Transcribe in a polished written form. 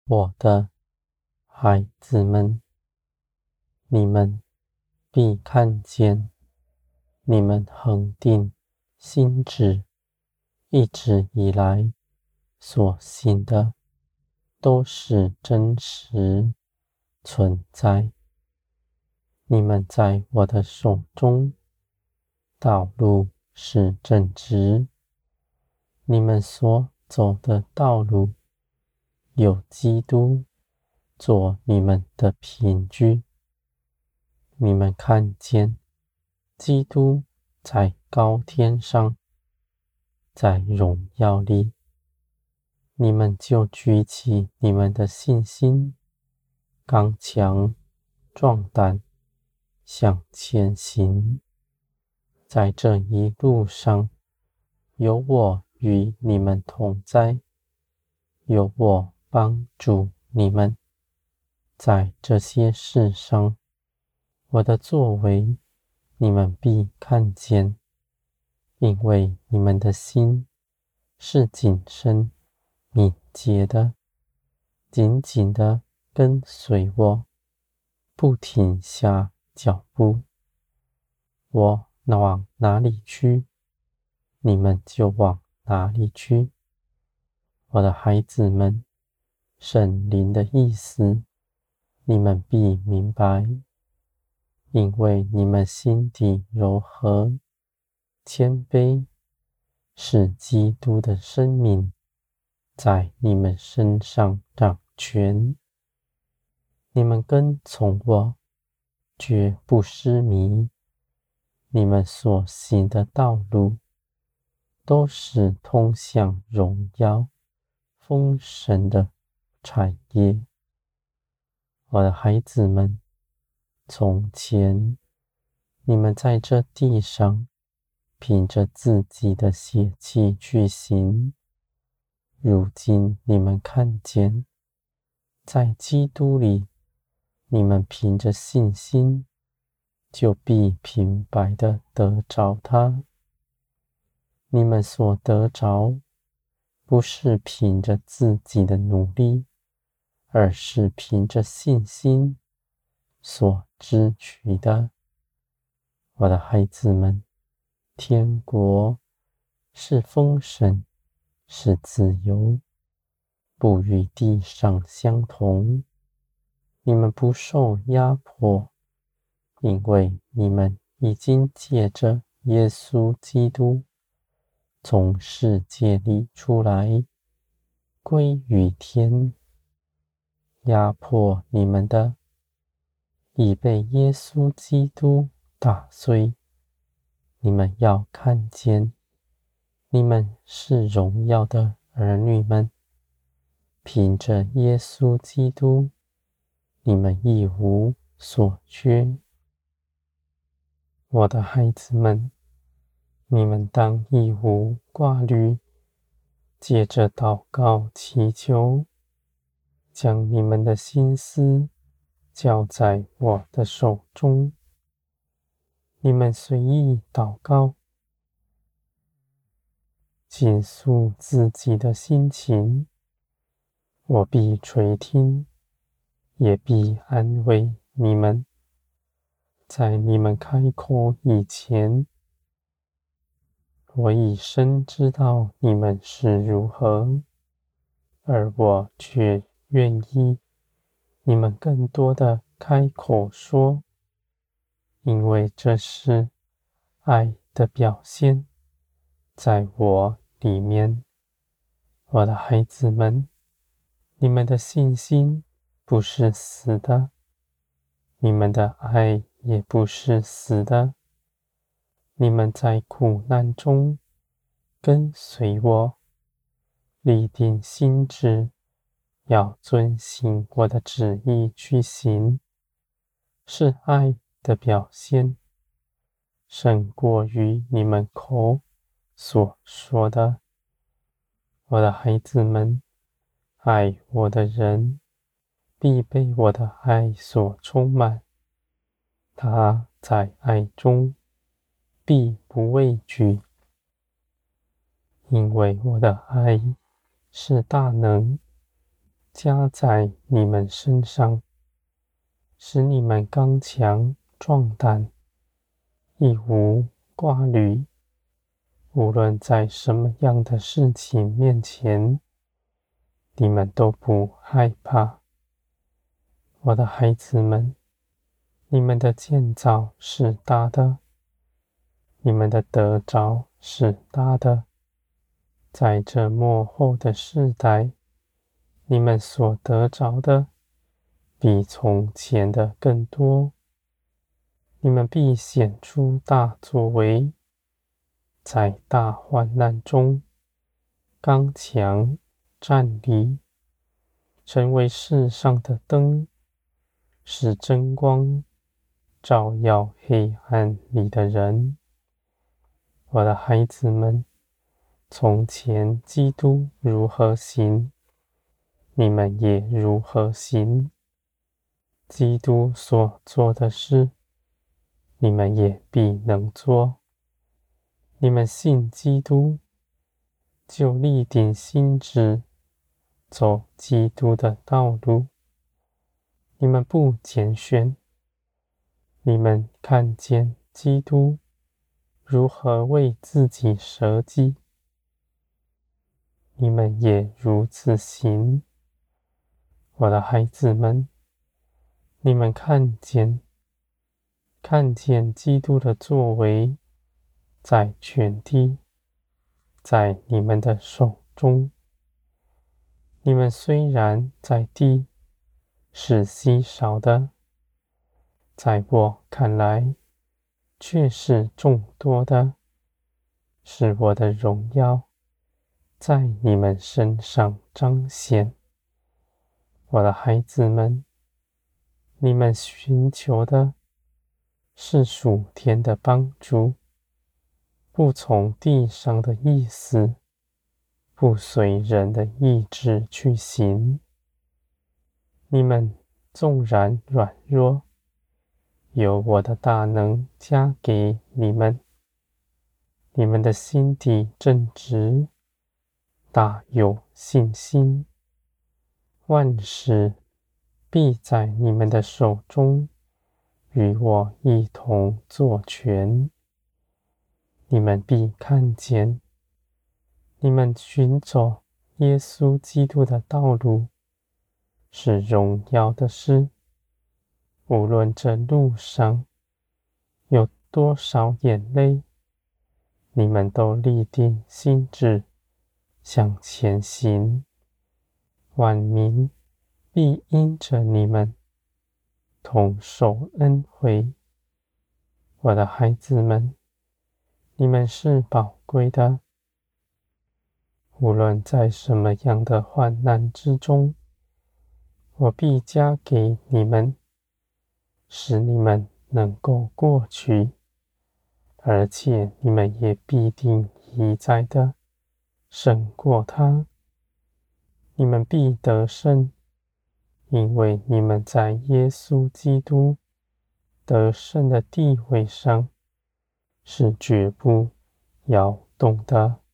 我的孩子们，你们必看见，你们恒定心志一直以来所行的都是真实存在。你们在我的手中道路是正直，你们所走的道路有基督做你们的凭据。你们看见基督在高天上，在荣耀里，你们就举起你们的信心，刚强壮胆，向前行。在这一路上，有我与你们同在，有我帮助你们。在这些事上，我的作为，你们必看见，因为你们的心是谨慎、敏捷的，紧紧的跟随我，不停下脚步。我往哪里去，你们就往哪里去。我的孩子们，圣灵的意思，你们必明白，因为你们心底柔和、谦卑，是基督的生命在你们身上掌权。你们跟从我，绝不失迷。你们所行的道路，都是通向荣耀、丰盛的产业。我的孩子们，从前你们在这地上凭着自己的血气去行，如今你们看见，在基督里，你们凭着信心，就必平白的得着它。你们所得着，不是凭着自己的努力，而是凭着信心所支取的。我的孩子们，天国是丰盛，是自由，不与地上相同。你们不受压迫，因为你们已经借着耶稣基督从世界里出来，归于天。压迫你们的，已被耶稣基督打碎。你们要看见，你们是荣耀的儿女们，凭着耶稣基督，你们一无所缺。我的孩子们，你们当一无挂虑，借着祷告祈求，将你们的心思交在我的手中。你们随意祷告，倾诉自己的心情，我必垂听，也必安慰你们。在你们开口以前，我已深知道你们是如何，而我却愿意你们更多的开口说，因为这是爱的表现，在我里面。我的孩子们，你们的信心不是死的，你们的爱也不是死的。你们在苦难中跟随我，立定心志，要遵行我的旨意去行，是爱的表现，胜过于你们口所说的。我的孩子们，爱我的人必被我的爱所充满，他在爱中必不畏惧，因为我的爱是大能， 加在你们身上，使你们刚强壮胆，亦无挂虑。无论在什么样的事情面前，你们都不害怕。我的孩子们，你们的建造是大的，你们的得着是大的。在这末后的世代，你们所得着的比从前的更多。你们必显出大作为，在大患难中刚强站立，成为世上的灯，使真光照耀黑暗里的人。我的孩子们，从前基督如何行，你们也如何行。基督所做的事，你们也必能做。你们信基督，就立定心志，走基督的道路。你们不拣选，你们看见基督如何为自己舍己，你们也如此行。我的孩子们，你们看见基督的作为，在全地，在你们的手中。你们虽然在地是稀少的，在我看来却是众多的，是我的荣耀在你们身上彰显。我的孩子们，你们寻求的是属天的帮助，不从地上的意思，不随人的意志去行。你们纵然软弱，有我的大能加给你们。你们的心地正直，大有信心，万事必在你们的手中，与我一同作权。你们必看见，你们寻走耶稣基督的道路是荣耀的事。无论这路上有多少眼泪，你们都立定心志向前行。万民必因着你们同受恩惠。我的孩子们，你们是宝贵的，无论在什么样的患难之中，我必加给你们，使你们能够过去，而且你们也必定一再的胜过他。你们必得胜，因为你们在耶稣基督得胜的地位上是绝不摇动的。